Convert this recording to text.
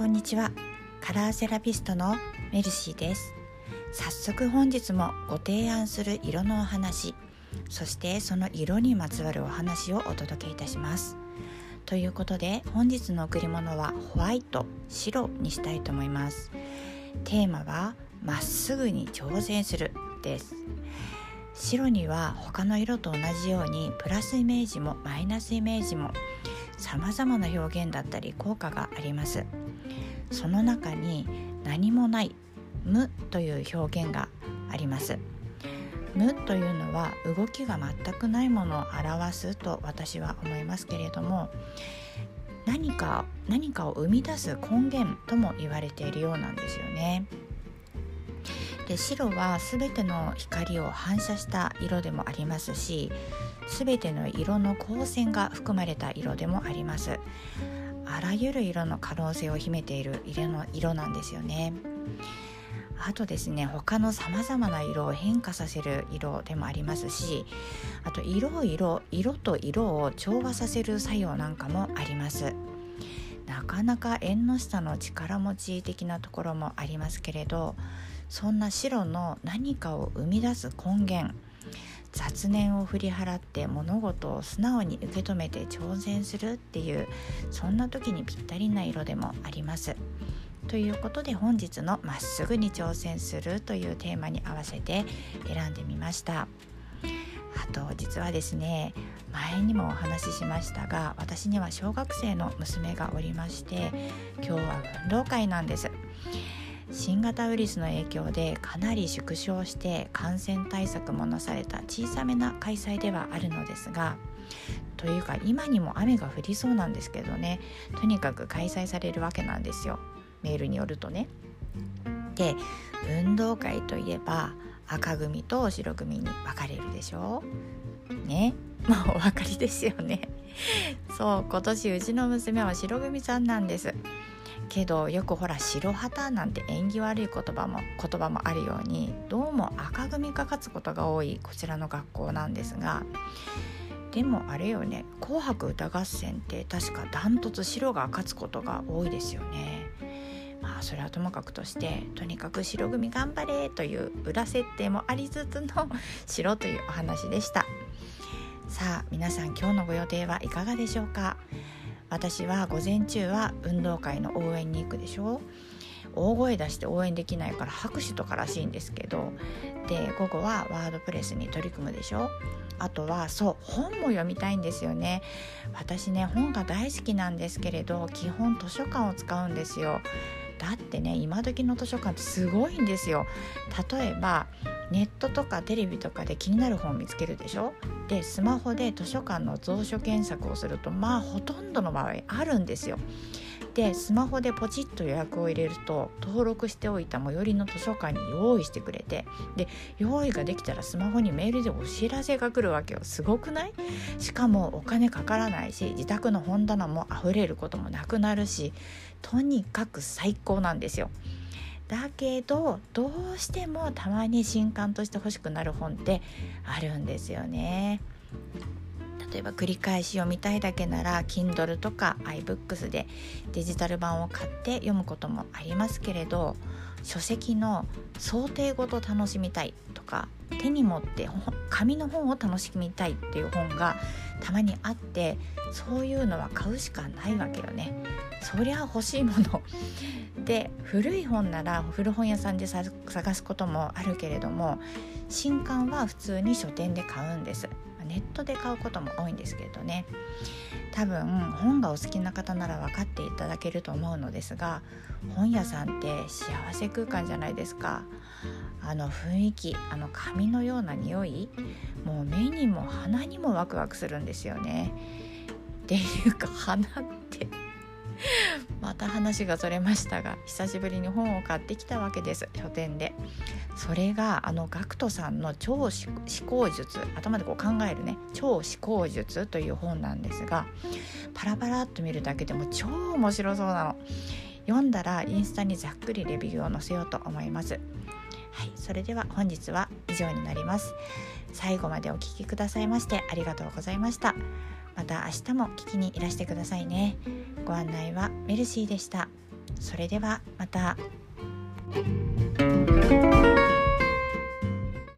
んにちは。カラーセラピストのメルシーです。早速本日もご提案する色のお話、そしてその色にまつわるお話をお届けいたします。ということで本日の贈り物はホワイト、白にしたいと思います。テーマはまっすぐに挑戦するです。白には他の色と同じようにプラスイメージもマイナスイメージも様々な表現だったり効果があります。その中に何もない無という表現があります。無というのは動きが全くないものを表すと私は思いますけれども、何かを生み出す根源とも言われているようなんですよね。で、白はすべての光を反射した色でもありますし、すべての色の光線が含まれた色でもあります。あらゆる色の可能性を秘めている色なんですよね。あとですね、他のさまざまな色を変化させる色でもありますし、あと色と色を調和させる作用なんかもあります。なかなか縁の下の力持ち的なところもありますけれど、そんな白の何かを生み出す根源、雑念を振り払って物事を素直に受け止めて挑戦するっていう、そんな時にぴったりな色でもあります。ということで本日のまっすぐに挑戦するというテーマに合わせて選んでみました。あと実はですね、前にもお話ししましたが、私には小学生の娘がおりまして、今日は運動会なんです。新型ウイルスの影響でかなり縮小して感染対策もなされた小さめな開催ではあるのですが、というか今にも雨が降りそうなんですけどね、とにかく開催されるわけなんですよ、メールによるとね。で、運動会といえば赤組と白組に分かれるでしょね。お分かりですよね。そう、今年うちの娘は白組さんなんですけど、よくほら白旗なんて縁起悪い言葉もあるように、どうも赤組が勝つことが多いこちらの学校なんですが、でもあれよね、紅白歌合戦って確かダントツ白が勝つことが多いですよね。それはともかくとして、とにかく白組頑張れという裏設定もありつつの白というお話でした。さあ皆さん、今日のご予定はいかがでしょうか。私は午前中は運動会の応援に行くでしょ。大声出して応援できないから拍手とからしいんですけど、で午後はワードプレスに取り組むでしょ。あとは本も読みたいんですよね。私ね、本が大好きなんですけれど、基本図書館を使うんですよ。だってね、今時の図書館ってすごいんですよ。例えばネットとかテレビとかで気になる本を見つけるでしょ。でスマホで図書館の蔵書検索をすると、ほとんどの場合あるんですよ。でスマホでポチッと予約を入れると、登録しておいた最寄りの図書館に用意してくれて、で用意ができたらスマホにメールでお知らせが来るわけよ。すごくない？しかもお金かからないし、自宅の本棚も溢れることもなくなるし、とにかく最高なんですよ。だけどどうしてもたまに新刊として欲しくなる本ってあるんですよね。例えば繰り返し読みたいだけなら Kindle とか iBooks でデジタル版を買って読むこともありますけれど、書籍の想定ごと楽しみたいとか、手に持って紙の本を楽しみたいっていう本がたまにあって、そういうのは買うしかないわけよね。そりゃ欲しいもので、古い本なら古本屋さんで探すこともあるけれども、新刊は普通に書店で買うんです。ネットで買うことも多いんですけどね。多分本がお好きな方なら分かっていただけると思うのですが、本屋さんって幸せ空間じゃないですか。雰囲気、紙のような匂い、もう目にも鼻にもワクワクするんですよね。っていうか鼻ってまた話がそれましたが、久しぶりに本を買ってきたわけです、書店で。それがGACKTさんの超思考術、頭で考えるね、超思考術という本なんですが、パラパラっと見るだけでも超面白そうなの。読んだらインスタにざっくりレビューを載せようと思います。はい、それでは本日は以上になります。最後までお聞きくださいましてありがとうございました。また明日も聞きにいらしてくださいね。ご案内はメルシーでした。 それではまた。